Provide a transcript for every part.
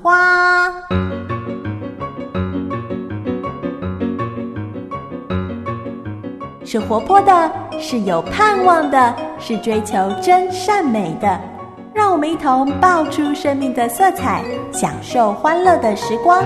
花。是活泼的，是有盼望的，是追求真善美的。让我们一同爆出生命的色彩，享受欢乐的时光。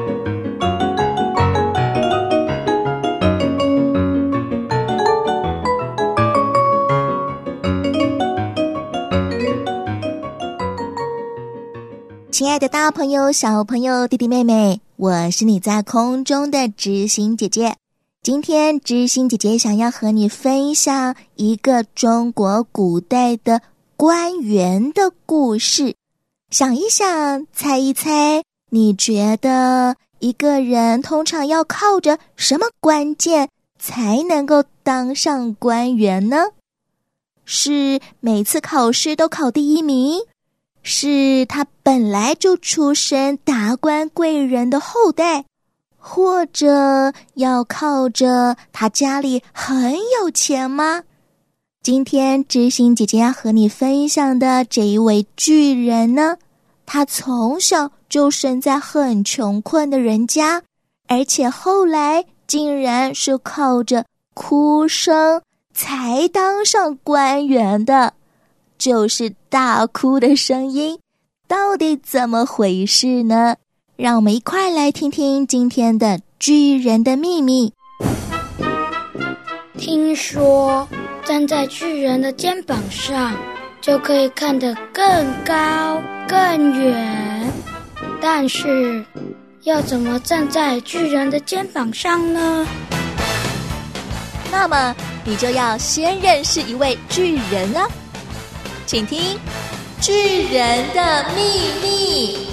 亲爱的大朋友、小朋友、弟弟妹妹，我是你在空中的知心姐姐。今天知心姐姐想要和你分享一个中国古代的官员的故事。想一想，猜一猜，你觉得一个人通常要靠着什么关键才能够当上官员呢？是每次考试都考第一名？是他本来就出身达官贵人的后代？或者要靠着他家里很有钱吗？今天知心姐姐要和你分享的这一位巨人呢，他从小就生在很穷困的人家，而且后来竟然是靠着哭声才当上官员的，就是大哭的声音。到底怎么回事呢？让我们一块来听听今天的巨人的秘密。 听说站在巨人的肩膀上就可以看得更高更远，但是要怎么站在巨人的肩膀上呢？ 那么你就要先认识一位巨人了。请听巨人的秘密。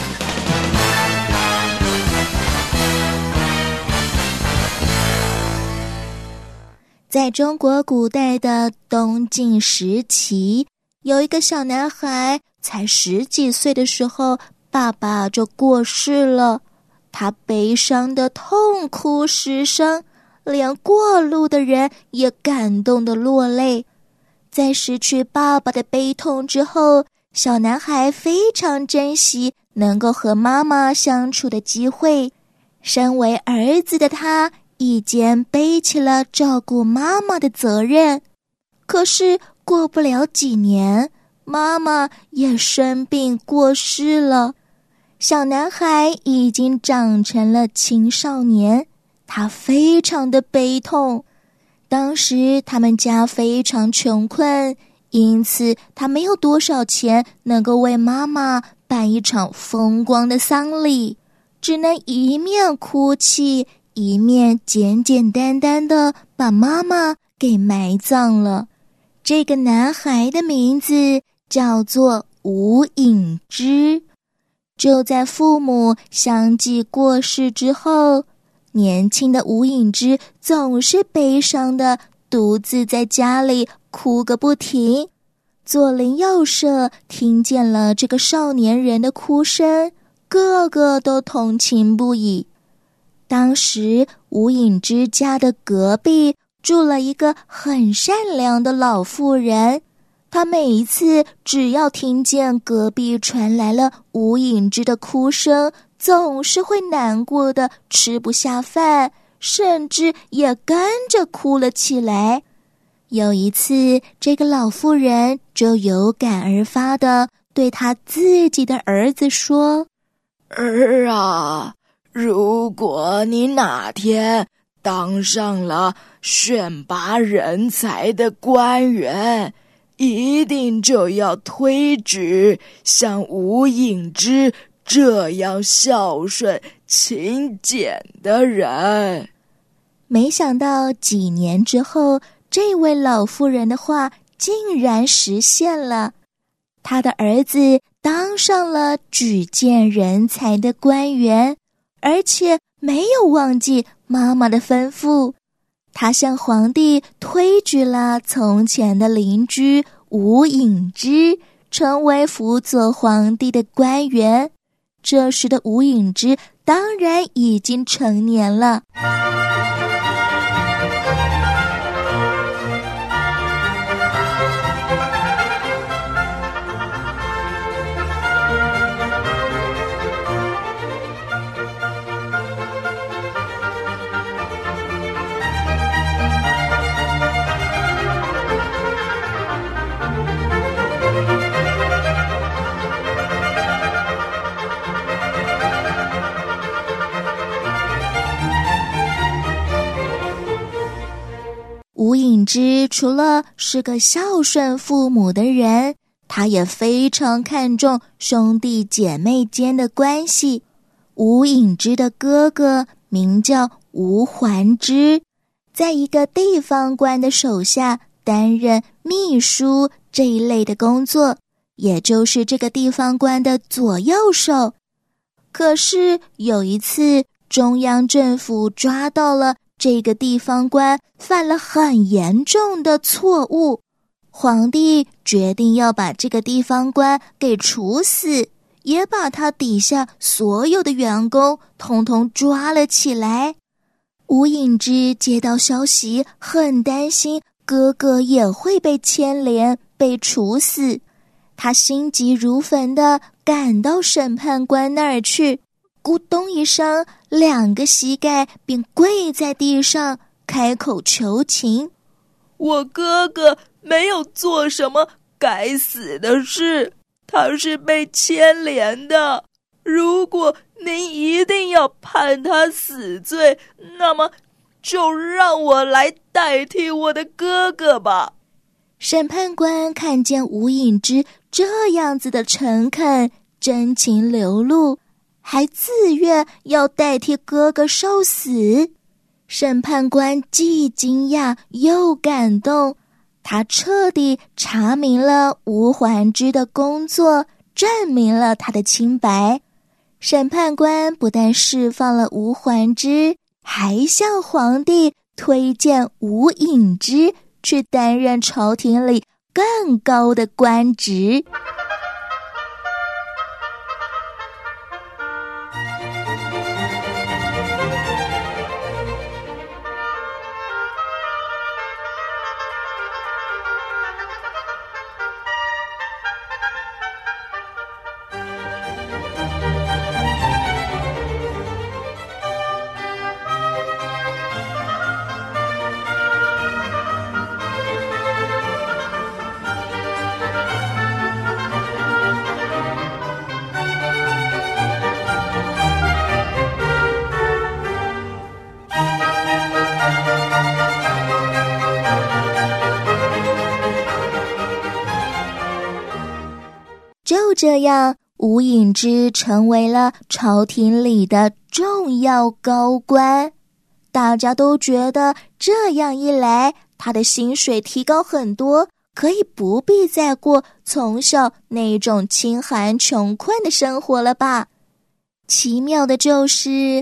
在中国古代的东晋时期，有一个小男孩才10几岁的时候，爸爸就过世了。他悲伤的痛哭失声，连过路的人也感动的落泪。在失去爸爸的悲痛之后，小男孩非常珍惜能够和妈妈相处的机会。身为儿子的他一肩背起了照顾妈妈的责任。可是过不了几年，妈妈也生病过世了。小男孩已经长成了青少年，他非常的悲痛。当时他们家非常穷困，因此他没有多少钱能够为妈妈办一场风光的丧礼，只能一面哭泣，一面简简单单的把妈妈给埋葬了。这个男孩的名字叫做吴隐之。就在父母相继过世之后，年轻的吴隐之总是悲伤的独自在家里哭个不停。左邻右舍听见了这个少年人的哭声，个个都同情不已。当时吴隐之家的隔壁住了一个很善良的老妇人，她每一次只要听见隔壁传来了吴隐之的哭声，总是会难过的吃不下饭，甚至也跟着哭了起来。有一次，这个老妇人就有感而发的对她自己的儿子说： 儿啊，如果你哪天当上了选拔人才的官员，一定就要推举像吴隐之这样孝顺勤俭的人。 没想到几年之后，这位老妇人的话竟然实现了。他的儿子当上了举荐人才的官员，而且没有忘记妈妈的吩咐。他向皇帝推举了从前的邻居吴隐之，成为辅佐皇帝的官员。这时的吴隐之当然已经成年了。 吴颖之除了是个孝顺父母的人，他也非常看重兄弟姐妹间的关系。吴颖之的哥哥名叫吴环之，在一个地方官的手下担任秘书这一类的工作，也就是这个地方官的左右手。可是有一次，中央政府抓到了这个地方官犯了很严重的错误，皇帝决定要把这个地方官给处死，也把他底下所有的员工统统抓了起来。吴颖之接到消息，很担心哥哥也会被牵连被处死，他心急如焚地赶到审判官那儿去，咕咚一声，2个膝盖便跪在地上，开口求情： 我哥哥没有做什么该死的事，他是被牵连的。如果您一定要判他死罪，那么就让我来代替我的哥哥吧。 审判官看见吴颖之这样子的诚恳，真情流露，还自愿要代替哥哥受死。审判官既惊讶又感动，他彻底查明了吴环之的工作，证明了他的清白。审判官不但释放了吴环之，还向皇帝推荐吴颖之去担任朝廷里更高的官职。就这样，吴颖之成为了朝廷里的重要高官。大家都觉得这样一来，他的薪水提高很多，可以不必再过从小那种清寒穷困的生活了吧。奇妙的就是，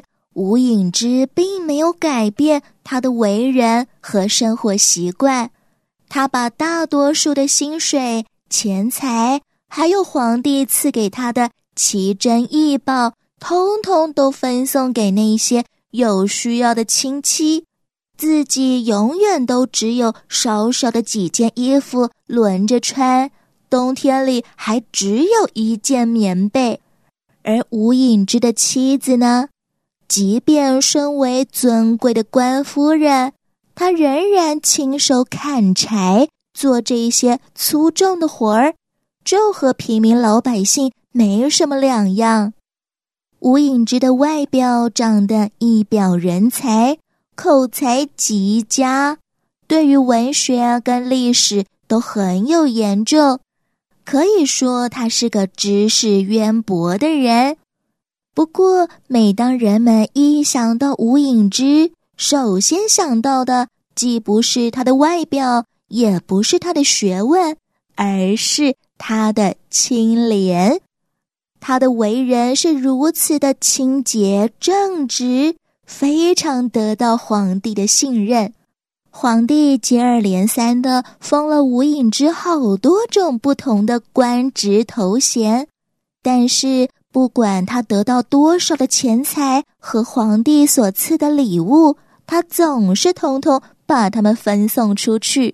吴颖之并没有改变他的为人和生活习惯，他把大多数的薪水、钱财还有皇帝赐给他的奇珍异宝，通通都分送给那些有需要的亲戚，自己永远都只有少少的几件衣服轮着穿，冬天里还只有1件棉被。而吴颖之的妻子呢，即便身为尊贵的官夫人，她仍然亲手砍柴，做这些粗重的活儿，就和平民老百姓没什么两样。吴颖之的外表长得一表人才，口才极佳，对于文学跟历史都很有研究，可以说他是个知识渊博的人。不过每当人们一想到吴颖之，首先想到的既不是他的外表，也不是他的学问，而是他的清廉。他的为人是如此的清洁正直，非常得到皇帝的信任。皇帝接二连三地封了吴颖之好多种不同的官职头衔，但是不管他得到多少的钱财和皇帝所赐的礼物，他总是统统把它们分送出去。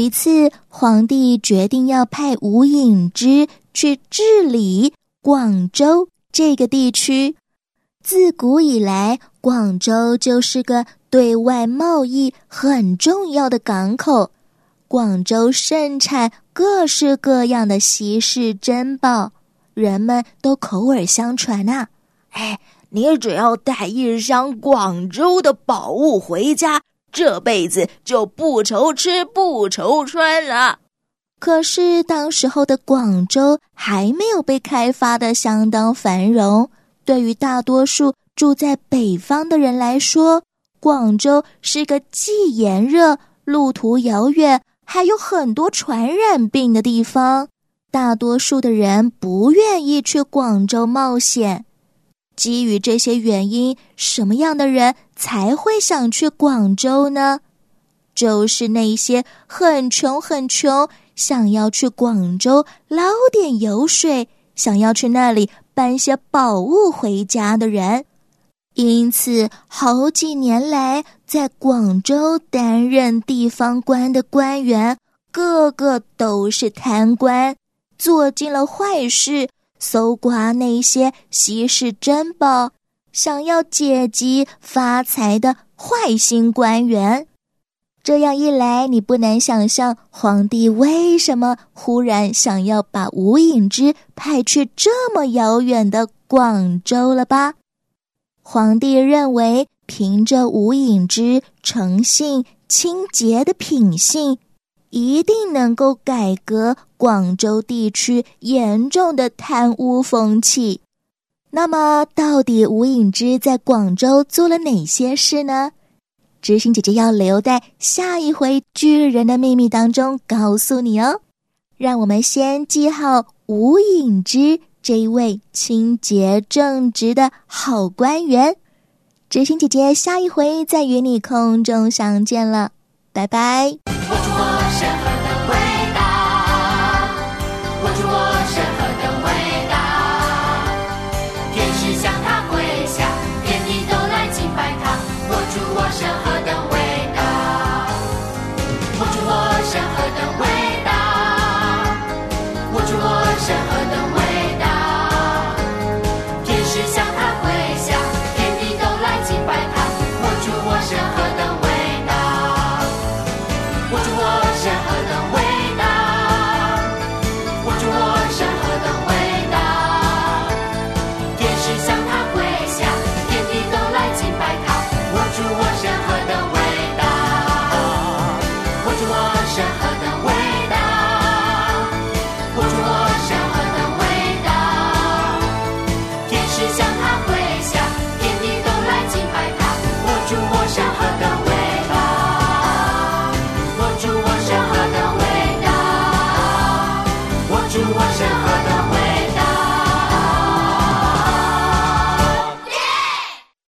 一次，皇帝决定要派吴隐之去治理广州这个地区。自古以来，广州就是个对外贸易很重要的港口。广州盛产各式各样的稀世珍宝，人们都口耳相传啊。 你只要带一箱广州的宝物回家，这辈子就不愁吃不愁穿了。 可是当时候的广州还没有被开发得相当繁荣，对于大多数住在北方的人来说，广州是个既炎热、路途遥远，还有很多传染病的地方。大多数的人不愿意去广州冒险。基于这些原因，什么样的人才会想去广州呢？就是那些很穷，想要去广州捞点油水，想要去那里搬些宝物回家的人。因此，好几年来，在广州担任地方官的官员，个个都是贪官，做尽了坏事，搜刮那些稀世珍宝，想要解急发财的坏心官员。这样一来，你不难想象皇帝为什么忽然想要把吴隐之派去这么遥远的广州了吧？皇帝认为，凭着吴隐之诚信清洁的品性，一定能够改革广州地区严重的贪污风气。那么，到底吴隐之在广州做了哪些事呢？知心姐姐要留在下一回《巨人的秘密》当中告诉你哦。让我们先记好吴隐之这一位清洁正直的好官员。知心姐姐下一回再与你空中相见了，拜拜。 我主我神何等伟大，我主我神何等伟大，天使向他跪下，天地都来敬拜他。我主我神何等伟大，我主我神何等伟大，我主我神何等伟大。